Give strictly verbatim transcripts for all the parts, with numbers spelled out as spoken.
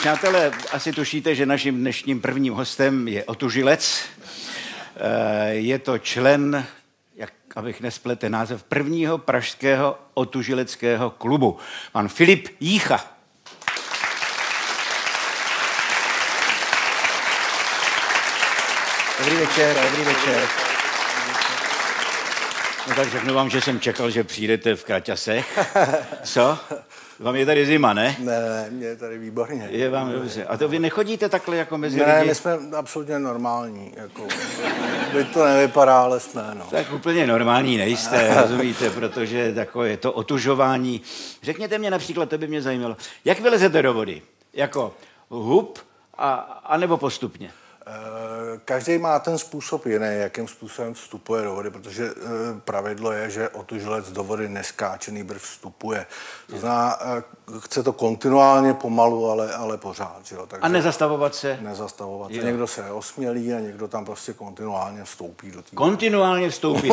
Přátelé, asi tušíte, že naším dnešním prvním hostem je otužilec. Je to člen, jak abych nespletl název, prvního pražského otužileckého klubu. Pan Filip Jícha. Dobrý večer, dobrý večer. No tak řeknu vám, že jsem čekal, že přijdete v kraťasech. Co? Vám je tady zima, ne? Ne, ne, mě je tady výborně. Je vám dobře. A to vy nechodíte takhle jako mezi ne, lidi? my jsme absolutně normální. Jako, teď to nevypadá, ale jsme, no. Tak úplně normální nejste, rozumíte, protože takové je to otužování. Řekněte mě například, to by mě zajímalo, jak vylezete do vody? Jako hub, a, anebo postupně? Každý má ten způsob jiný, jakým způsobem vstupuje do vody, protože pravidlo je, že otužilec do vody neskáče, nýbrž vstupuje. To znamená, chce to kontinuálně pomalu, ale, ale pořád. Že jo? Takže a nezastavovat se? Nezastavovat se. Někdo se osmělí a někdo tam prostě kontinuálně vstoupí do té. Kontinuálně vstoupí,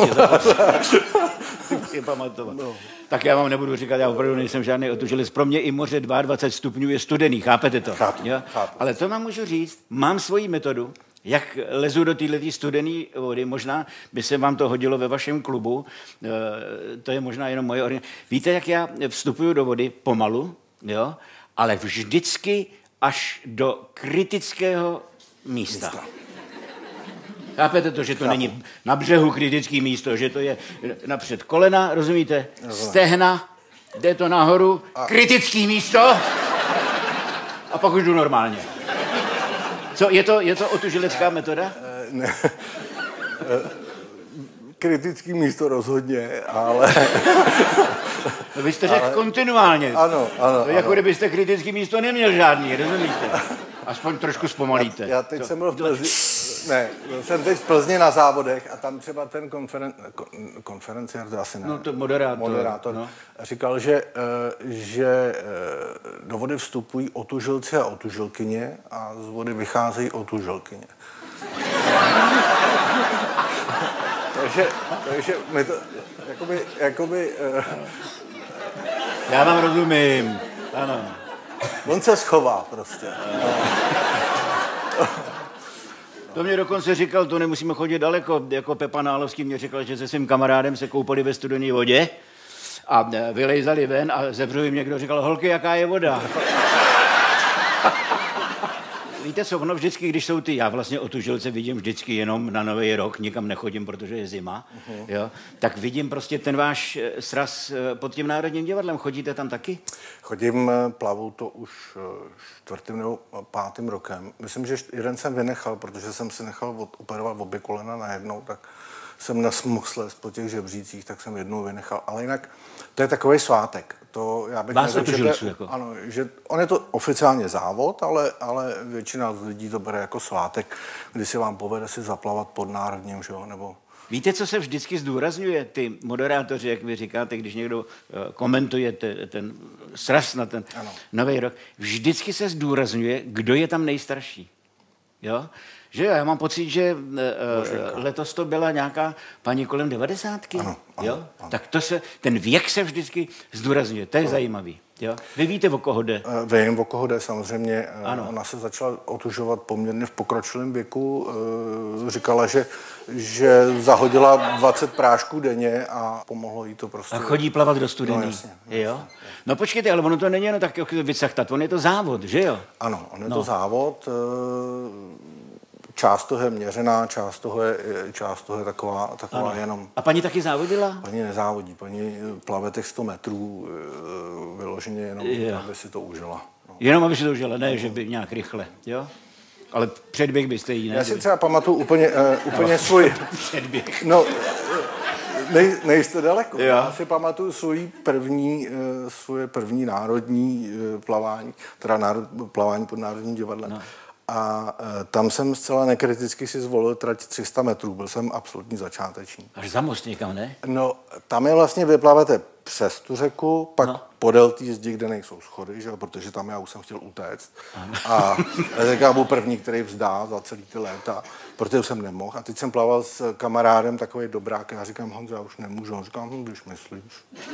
je pamatovat. No. Tak já vám nebudu říkat, já opravdu nejsem žádný otužilec. Pro mě i moře dvacet dva stupňů je studený, chápete to? Chápu, jo? chápu. Ale to vám můžu říct, mám svoji metodu, jak lezu do této studené vody. Možná by se vám to hodilo ve vašem klubu, to je možná jenom moje orientace. Víte, jak já vstupuju do vody pomalu, jo? Ale vždycky až do kritického místa. místa. Chápete to, že to Chápu. není na břehu kritické místo, že to je napřed kolena, rozumíte? Rozumím. Stehna, jde to nahoru, a... kritické místo a pak už jdu normálně. Co, je to, je to otužilecká metoda? Ne. Kritické místo rozhodně, ale... No vy jste řekl ale... kontinuálně. Ano, ano. To jako ano. kdybyste kritické místo neměl žádný, rozumíte? Aspoň trošku zpomalíte. Já, já teď to... jsem byl v Plzni, ne, byl jsem teď v Plzni na závodech a tam třeba ten konferen, kon, konferenciér, to asi ne, no to moderátor, moderátor no. říkal, že, že do vody vstupují otužilci a otužilkyně a z vody vycházejí otužilkyně. takže, takže my to, jakoby, jakoby... Já vám rozumím, ano. On se schová prostě. To mě dokonce říkal, to nemusíme chodit daleko, jako Pepa Nálovský mě říkal, že se svým kamarádem se koupali ve studené vodě a vylejzali ven a zevřu jim někdo říkal, holky, jaká je voda? Víte co, ono vždycky, když jsou ty, já vlastně otužilce vidím vždycky jenom na Nový rok, nikam nechodím, protože je zima, uh-huh. jo, tak vidím prostě ten váš sraz pod tím Národním divadlem. Chodíte tam taky? Chodím, plavu to už čtvrtým nebo pátým rokem. Myslím, že jeden jsem vynechal, protože jsem si nechal operovat obě kolena najednou, tak jsem nesmohl slést po těch žebřících, tak jsem jednou vynechal. Ale jinak to je takový svátek. To já bych Vás neřekl, že, to, jako. ano, že on je to oficiálně závod, ale, ale většina z lidí to bere jako svátek, kdy si vám povede si zaplavat pod Národním, že jo, nebo... Víte, co se vždycky zdůrazňuje, ty moderátoři, jak vy říkáte, když někdo uh, komentuje te, ten sraz na ten ano. Nový rok, vždycky se zdůrazňuje, kdo je tam nejstarší. Jo? Že já mám pocit, že uh, letos to byla nějaká paní kolem devadesátky. Ano, ano, jo? ano. Tak to se, ten věk se vždycky zdůrazňuje, to je ano. zajímavý. Jo? Vy víte, o koho jde? Vím, o koho jde, samozřejmě. Ano. Ona se začala otužovat poměrně v pokročilém věku. Říkala, že, že zahodila dvacet prášků denně a pomohlo jí to prostě. A chodí plavat do studený. No jasně. No, jo? jasně. No počkejte, ale ono to není jenom tak vycachtat, on je to závod, že jo? Ano, on je no. to závod. Část toho je měřená, část toho je, část toho je taková, taková jenom... A paní taky závodila? Paní nezávodí, paní plave těch sto metrů vyloženě jenom, jo. aby si to užila. No. Jenom aby si to užila, ne, že by nějak rychle, jo? Ale předběh byste jí ne? Já si třeba pamatuju úplně, uh, úplně no. svůj... Předběh. No, nej, nejste daleko. Jo. Já si pamatuju svůj první, uh, svoje první národní uh, plavání, teda národ, plavání pod Národním divadlem. No. A e, tam jsem zcela nekriticky si zvolil trať tři sta metrů, byl jsem absolutní začátečník. Až za most někam, ne? No, tam je vlastně vyplavete přes tu řeku, pak, no. podél té zdi, kde nejsou schody, že? Protože tam já už jsem chtěl utéct. A já byl první, který vzdá za celý ty léta, protože jsem nemohl. A teď jsem plaval s kamarádem, takový dobrák, a já říkám, Honzo, já už nemůžu. On říkám, hm, když myslíš.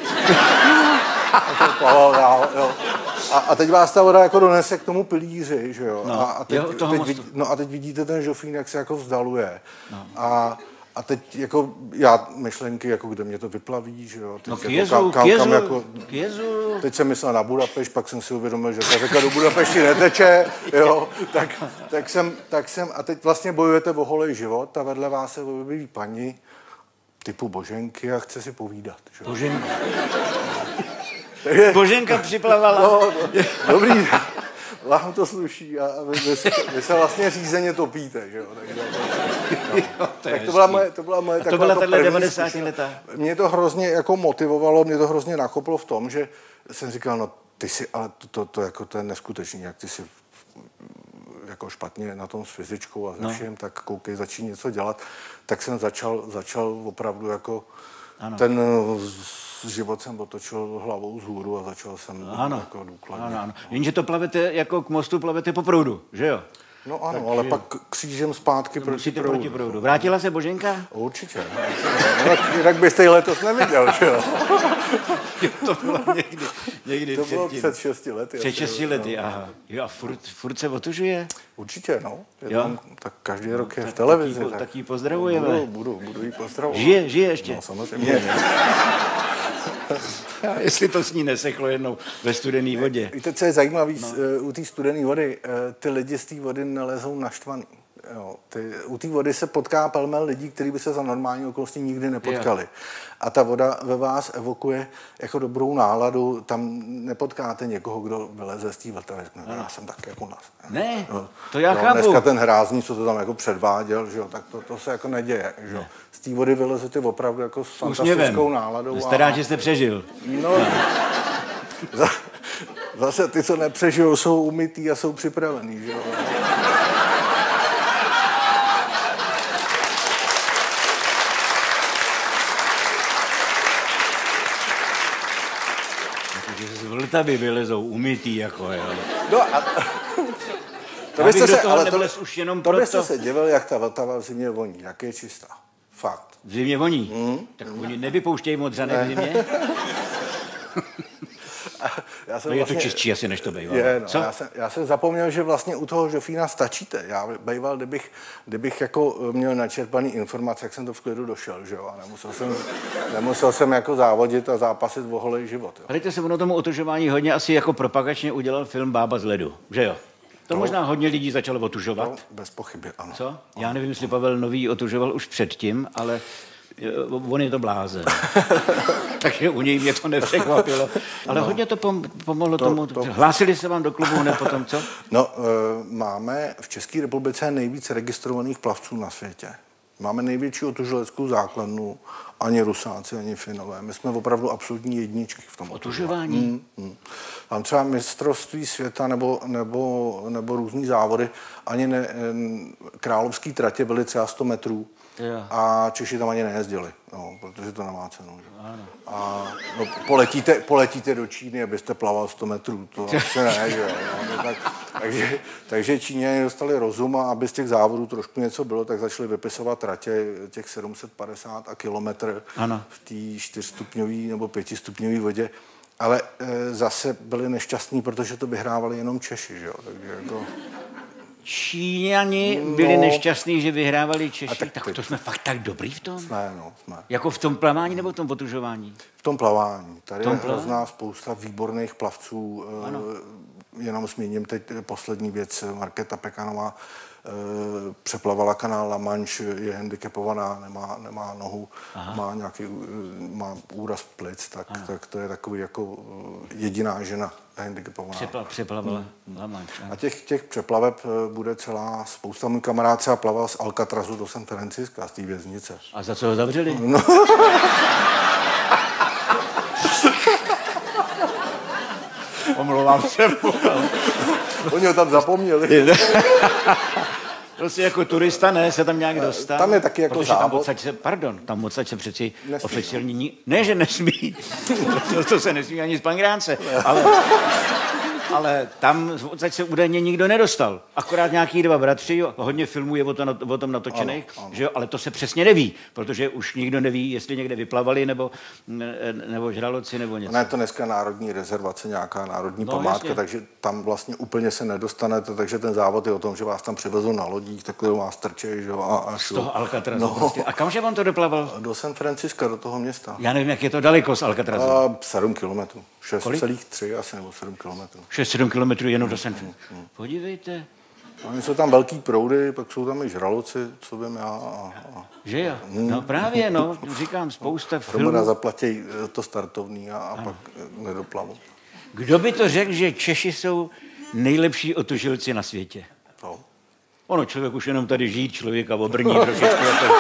A, plaval dál, jo. A, a teď vás ta voda jako donese k tomu pilíři, že jo. No, a, a teď, jo, teď vidí, no a teď vidíte ten žofín, jak se jako vzdaluje. No. A A teď jako já myšlenky, jako kde mě to vyplaví, že jo. Teď no k jako, jezu, kam, kam, k jezu, kam jako, k jezu. Teď jsem myslel na Budapešť, pak jsem si uvědomil, že ta řeka do Budapešti neteče, jo. Tak, tak, jsem, tak jsem, a teď vlastně bojujete o holej život a vedle vás se objeví paní typu Boženky a chce si povídat, že jo. Boženka. Takže, Boženka připlavala. no, no, dobrý. Vám to sluší a vy, vy, se, vy se vlastně řízeně topíte, že jo? Tak, no. Jo, to tak to byla moje, to byla moje a to byla jako tahle devadesátá leta. Mě to hrozně jako motivovalo, mě to hrozně nakoplo v tom, že jsem říkal, no ty si, ale to, to, to, jako, to je neskutečný, jak ty si jako špatně na tom s fyzičkou a se všem, tak koukej, začni něco dělat. Tak jsem začal, začal opravdu jako ano. ten život jsem otočil hlavou vzhůru a začal jsem ano. jako důkladně. Ano, ano. Jenže to plavete jako k mostu, plavete po proudu, že jo? No ano, tak, ale že... pak křížem zpátky proti proudu. proti proudu. Vrátila se Boženka? Určitě. No, jinak byste ji letos neviděl, že jo? Jo, to bylo někdy, někdy to bylo předtím. před šesti lety. Před šesti lety, no. aha. Jo, a furt, furt se otužuje? Určitě, no. Je jo? Tam, tak každý rok je tak, v televizi. Tak, tak, tak ji pozdravujeme. Budu, budu, budu jí pozdravovat. Žije, žije ještě? No, samozřejmě. Jestli to s ní neseklo jednou ve studené vodě. Víte, co je zajímavé no. u té studené vody? Ty lidi z té vody nelezou naštvaný. Jo, ty, u té vody se potká pelmel lidí, kteří by se za normální okolnosti nikdy nepotkali. Jo. A ta voda ve vás evokuje jako dobrou náladu. Tam nepotkáte někoho, kdo vyleze z té vltavy. Já jsem tak jako nás. Ne, no, to já no, chápu. Dneska ten hrázný, co to tam jako předváděl, že jo, tak to, to se jako neděje. Že jo. Z té vody vylezete opravdu jako s fantastickou náladou. Jste rád, že jste přežil. No, no. Zase ty, co nepřežijou, jsou umytý a jsou připravený. Že jo. Z vltavy vylezou umytý, jako jo. No a... To byste se, ale to, už jenom to proto... byste se divil, jak ta vltava v zimě voní, jak je čistá. Fakt. V zimě voní? Mm. Tak oni nevypouštějí modřanek v zimě? Já jsem no je vlastně, to čistší asi, než to bývalo. Je, no, Co? Já, jsem, já jsem zapomněl, že vlastně u toho žofína stačíte. Já býval, kdybych, kdybych jako měl načerpaný informace, jak jsem to v klidu došel, že jo? A nemusel jsem, nemusel jsem jako závodit a zápasit o holej život. Jo? Hlejte se, ono tomu otužování hodně asi jako propagačně udělal film Bába z ledu, že jo? To no, možná hodně lidí začalo otužovat. No, bez pochyby, ano. Co? Já nevím, jestli Pavel Nový otužoval už předtím, ale on je to blázen. Takže u něj mě to nepřekvapilo. Ale no. hodně to pom- pomohlo to, tomu. To... Hlásili se vám do klubu, ne potom, co? No, e, máme v České republice nejvíc registrovaných plavců na světě. Máme největší otužileckou základnu, ani Rusáci, ani Finové. My jsme opravdu absolutní jedničky v tom otužování. Mm, mm. Tam třeba mistrovství světa nebo, nebo, nebo různý závody, ani ne, královský tratě byly třeba sto metrů. Jo. A Češi tam ani nejezdili, no, protože to nemá cenu. Že? A no, poletíte, poletíte do Číny, abyste plaval sto metrů, to asi ne, že? No, tak, takže, takže Číňané dostali rozum a aby z těch závodů trošku něco bylo, tak začali vypisovat tratě těch sedm set padesát a kilometr ano. v té čtyřstupňové nebo pětistupňové vodě. Ale e, zase byli nešťastní, protože to vyhrávali jenom Češi, že jo? Takže jako... Číňani byli no, nešťastní, že vyhrávali Češi. Tak, tak tak to jsme fakt tak dobrý v tom? Jsme, no, jsme. Jako v tom plavání nebo v tom otužování? V tom plavání. Tady tom je hrozná spousta výborných plavců. Ano. Jenom zmíním teď poslední věc. Markéta Pekanová přeplavala kanál La Manche, je handicapovaná, nemá, nemá nohu, Aha. má nějaký má úraz plic, tak, tak to je takový jako jediná žena handicapovaná. Přepla, přeplavala hmm. La Manche. A těch, těch přeplaveb bude celá spousta. Můj kamarád třeba plaval z Alcatrazu do San Francisca, z té věznice. A za co ho zavřeli? No. Omlouvám se. Oni ho tam zapomněli. Prostě jako turista ne, se tam nějak dostat. Tam je taky jako závod. Tam odsaď se, pardon, tam odsaď se přeci nesmí, oficiálně ní, ne, že nesmí, to, to se nesmí ani z Pangránce, ale, ale tam odsaď se údajně nikdo nedostal. Akorát nějaký dva bratři, hodně filmů je o, to, o tom natočených, ano, ano. Že jo, ale to se přesně neví, protože už nikdo neví, jestli někde vyplavali, nebo, nebo žraloci, nebo něco. Ne, to dneska národní rezervace, nějaká národní no, památka, jasně. Takže tam vlastně úplně se nedostanete, takže ten závod je o tom, že vás tam přivezou na lodích, takhle vás trčej, že jo, a, a z toho Alcatrazu. No. Prostě. A kamže vám to doplaval? Do San Francisca, do toho města. Já nevím, jak je to daleko z Alcatrazu. A sedm kilometrů. šest celá tři asi, nebo sedm kilometrů. šest sedm kilometrů jenom do San Francisca. Hmm, hmm. Podívejte. Oni jsou tam velký proudy, pak jsou tam i žraloci, co vím já. A, a... Že jo? Hmm. No právě, no, říkám, spousta filmů. Hromada zaplatí to startovní a, a pak nedoplavu. Kdo by to řekl, že Češi jsou nejlepší otužilci na světě? No. Ono, člověk už jenom tady žít, člověka obrní trošičku. to...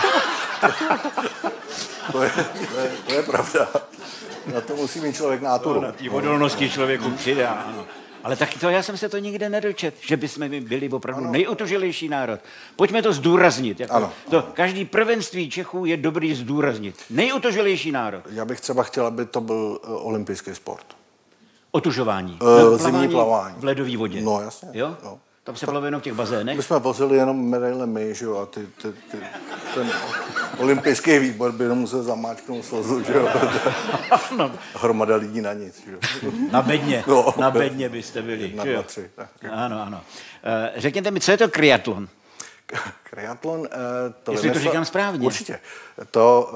to, je, to, je, to je pravda. Na to musí mít člověk náturu. Na té odolnosti člověku přidá, ano. Ale taky to, já jsem se to nikde nedočet, že bychom byli opravdu ano. nejotužilejší národ. Pojďme to zdůraznit. Jako ano, to, ano. Každý prvenství Čechů je dobrý zdůraznit. Nejotužilejší národ. Já bych třeba chtěl, aby to byl olympijský sport. Otužování. Uh, zimní plavání. V ledové vodě. No jasně. Jo? No. Tam se plave jenom v těch bazénech? My jsme vozili jenom medaile my, že jo, a ty, ty, ty, ten olympijský výbor by jenom musel zamáčknout slzu, že jo, no. Hromada lidí na nic, že jo. Na bedně, no, na bedně byste byli. Na dva, tři. Tak. Ano, ano. Řekněte mi, co je to triatlon? Triatlon, to Jestli vymysl... to říkám správně. Určitě. To,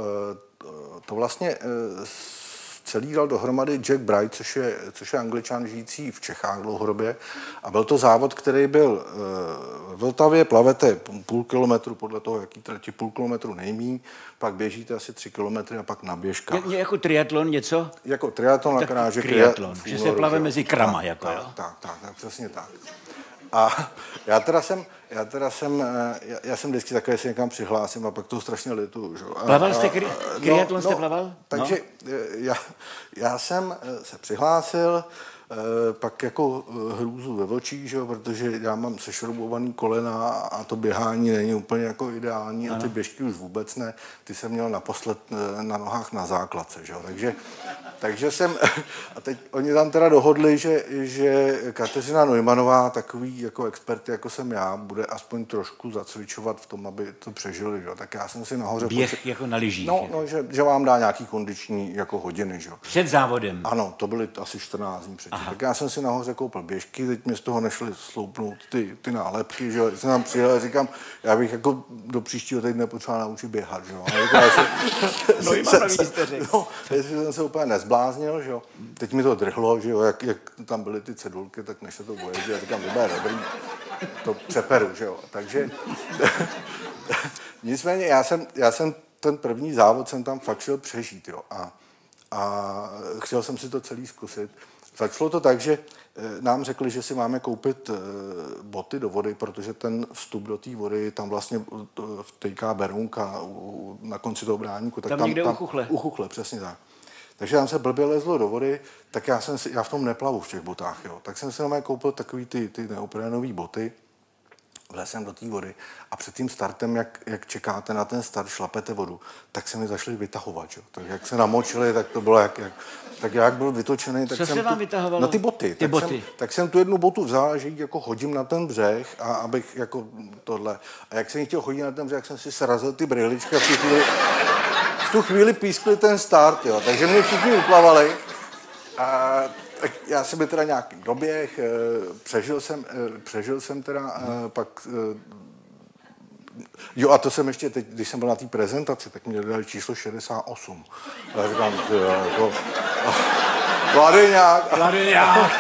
to vlastně celý dal dohromady Jack Bright, což je, což je Angličan žijící v Čechách dlouhodobě. A byl to závod, který byl v Vltavě, plavete půl kilometru, podle toho, jaký trati půl kilometru nejmí, pak běžíte asi tři kilometry a pak na běžkách. Je, jako triatlon něco? Jako triatlon, akorát, že triatlon, že se plave mezi krama, tak, jako tak, jo? Tak, tak, tak, tak, přesně tak. A já teda jsem, já teda jsem, já, já jsem vždycky takový, že se někam přihlásím a pak to strašně lituju. Plaval jste, kri, triatlon no, jste no, plaval? Takže no. já, já jsem se přihlásil, pak jako hrůzu ve očích, že jo, protože já mám sešroubovaný kolena a to běhání není úplně jako ideální ano. A ty běžky už vůbec ne. Ty jsem měl naposled na nohách na základce, že jo, takže Takže jsem, a teď oni tam teda dohodli, že, že Kateřina Neumannová, takový jako expert, jako jsem já, bude aspoň trošku zacvičovat v tom, aby to přežili, jo. Tak já jsem si nahoře... Běh počet... jako na lyžích. No, no že, že vám dá nějaký kondiční jako hodiny, jo. Před závodem. Ano, to byly asi čtrnáct dní předtím. Tak já jsem si nahoře koupil běžky, teď mě z toho nešly sloupnout ty, ty nálepky, že jo. Jsem tam přijel a říkám, já bych jako do příštího týdne potřeboval naučit běhat, že jo. Neumannový jste řekl. No, jsem se úplně nezbláznil, že jo. Teď mi to drhlo, že jo, jak, jak tam byly ty cedulky, tak než se to pojezdí, já říkám, dobré, dobrý, to přeperu, že jo. Takže nicméně já jsem, já jsem ten první závod jsem tam fakt šel přežít, jo. A, a chtěl jsem si to celý zkusit. Začalo to tak, že nám řekli, že si máme koupit boty do vody, protože ten vstup do té vody tam vlastně v té Berounka na konci toho bráníku. Tak tam, tam někde tam, u Chuchle. U Chuchle, přesně tak. Takže tam se blbě lezlo do vody, tak já jsem si, já v tom neplavu v těch botách, jo. Tak jsem si na mě koupil takový ty, ty neoprénové boty, vlez jsem do té vody a před tím startem, jak, jak čekáte na ten start, šlapete vodu, tak se mi zašli vytahovat, jo. Tak jak se namočili, tak to bylo jak, jak tak jak byl vytočený, tak Co jsem se vám tu, vytahovalo? na ty boty. Ty tak, boty. Jsem, tak jsem tu jednu botu vzal, že ji jako hodím na ten břeh a abych jako tohle. A jak jsem ji chtěl chodit na ten břeh, jak jsem si srazil ty brýličky a v tu chvíli, v tu chvíli pískli ten start, jo. Takže mě všichni uplavali. A tak já jsem byl teda nějaký doběh, přežil jsem, přežil jsem teda pak... Jo, a to jsem ještě teď, když jsem byl na té prezentaci, tak mě dali číslo šedesát osm. A já říkám, jo, jako... Kladeňák. Kladeňák.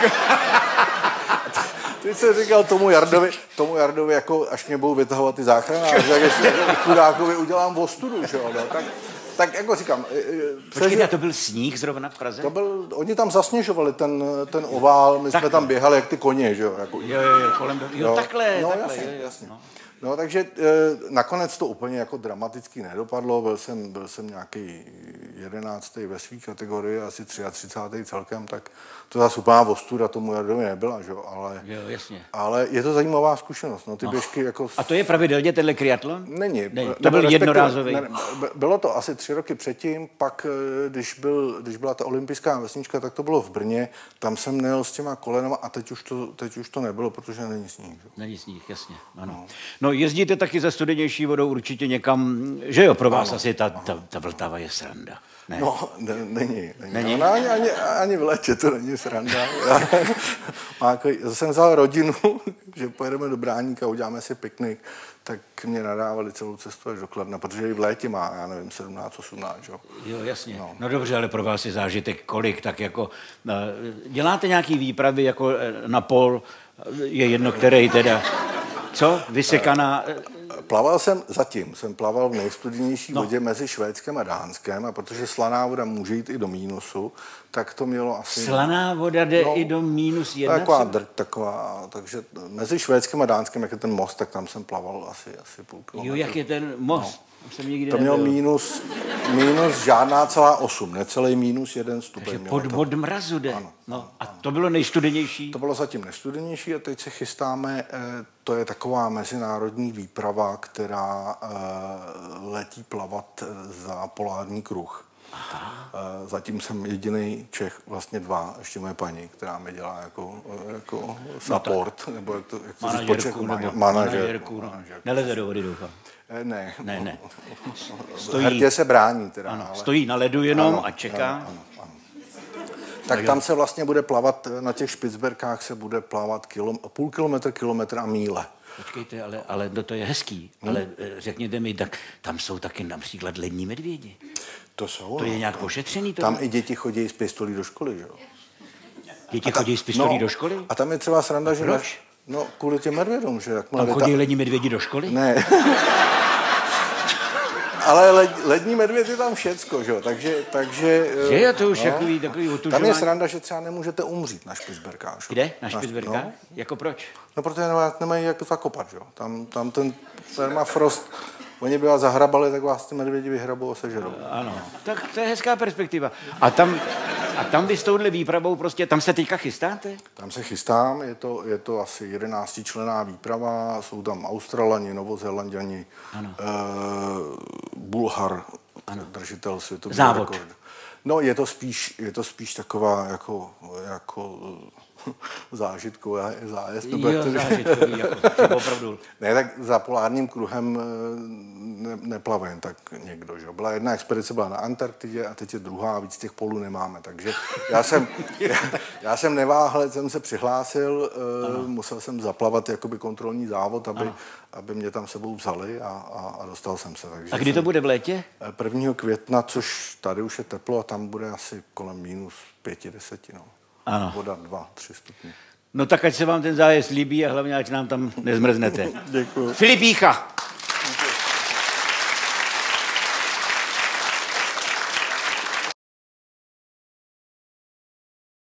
Teď jsem říkal tomu Jardovi, tomu Jardovi, jako až mě budou vytahovat ty záchranáři, tak ještě chudákovi udělám ostudu, že jo, no, tak... tak jako říkám... Počkejte, to byl sníh zrovna v Praze? To byl, oni tam zasněžovali ten, ten ovál, my takhle. jsme tam běhali jak ty koně, že jo? Jako, jo, jo, jo, kolem do... jo, jo, takhle, no, takhle. Jasně, jo, jo, jasně. No. No, takže e, nakonec to úplně jako dramaticky nedopadlo, byl jsem, byl jsem nějaký jedenáctý ve své kategorii, asi třicátý celkem, tak to zase úplná ostuda tomu Jardovi nebyla, že? Ale, jo, jasně. Ale je to zajímavá zkušenost, no, ty no. běžky jako... A to je pravidelně tenhle triatlon? Není. Není. To byl jednorázový? Ne, bylo to asi tři roky předtím, pak když, byl, když byla ta olympijská vesnička, tak to bylo v Brně, tam jsem nejel s těma kolenama a teď už to, teď už to nebylo, protože není sníh. Že? Není sníh, jasně, ano. No. no jezdíte taky za studenější vodou určitě někam, že jo, pro vás ano, asi ta, ta, ta Vltava je sranda. Ne. No, ne, není. není. není? No, ani, ani, ani v létě to není sranda. Já, jako, já jsem vzal rodinu, že pojedeme do Bráníka, uděláme si piknik, tak mě nadávali celou cestu až do Kladna, protože i v létě má, já nevím, sedmnáct, osmnáct, jo. Jo, jasně. No. no dobře, ale pro vás je zážitek kolik, tak jako děláte nějaký výpravy jako na pol, je jedno, který teda, co, vysekaná... Plaval jsem zatím, jsem plaval v nejstudenější no. vodě mezi Švédskem a Dánskem a protože slaná voda může jít i do mínusu, tak to mělo asi... Slaná voda jde no, i do mínus jedna? Taková drť, taková, takže mezi Švédskem a Dánskem, jak je ten most, tak tam jsem plaval asi, asi půl kilometru. Jo, jak je ten most? No. To měl mínus, mínus žádná celá osm, necelý mínus jeden stupeň. Takže pod bod mrazu jde. Ano, no, a to bylo nejstudenější? To bylo zatím nejstudenější a teď se chystáme, to je taková mezinárodní výprava, která letí plavat za polární kruh. Aha. Zatím jsem jediný Čech, vlastně dva, ještě moje paní, která mi dělá jako, jako support, no nebo jak to, jak to manažerku, nebo manažerku, no. Neleze do vody, doufám. Ne. Ne, ne. Stojí, hrdě se brání teda. Ano, ale... stojí na ledu jenom ano, a čeká. Ano, ano, ano. Tak tam se vlastně bude plavat, na těch Špicberkách se bude plavat kilom, půl kilometr, kilometr a míle. Počkejte, ale, ale to je hezký, hmm. ale řekněte mi, tak tam jsou taky například lední medvědi. To jsou. To je nějak pošetřený? To tam i děti chodí s pistolí do školy, že jo? Děti ta, chodí s pistolí no, do školy? A tam je třeba sranda, že... Proč? No, kvůli těm medvědům, že... Tam chodí ta... lední medvědi do školy? Ne. Ale led, lední medvěd je tam všecko, že jo, takže... takže že je to už no, takový, takový otužování. Tam je sranda, že třeba nemůžete umřít na Špicberkách. Kde? Na Špicberkách? No. Jako proč? No, protože nemají jak zakopat, že jo. Tam, tam ten permafrost, oni by vás zahrabali, tak vás ty medvědi vyhrabou a sežerou. Ano, tak to je hezká perspektiva. A tam, a tam vy s touhle výpravou prostě, tam se teďka chystáte? Tam se chystám, je to, je to asi jedenáctičlenná výprava, jsou tam Australani, Novozélanďani, eh, Bulhar, ano. držitel světového rekordu. No, je to spíš, je to spíš taková jako, jako zážitkový zájezd. Jo, zážitkový, jako, opravdu. Ne, tak za polárním kruhem ne, neplavím tak někdo, že? Byla jedna expedice, byla na Antarktidě a teď je druhá, víc těch polů nemáme, takže já jsem, já, já jsem neváhl, jsem se přihlásil, ano. musel jsem zaplavat jakoby kontrolní závod, aby, aby mě tam sebou vzali a, a, a dostal jsem se. Takže a kdy to bude v létě? prvního května, což tady už je teplo a tam bude asi kolem minus pěti, deseti, no. Ano. Voda dva, tři stupně. No tak ať se vám ten zájezd líbí a hlavně ať nám tam nezmrznete. Děkuji. Filip Jícha.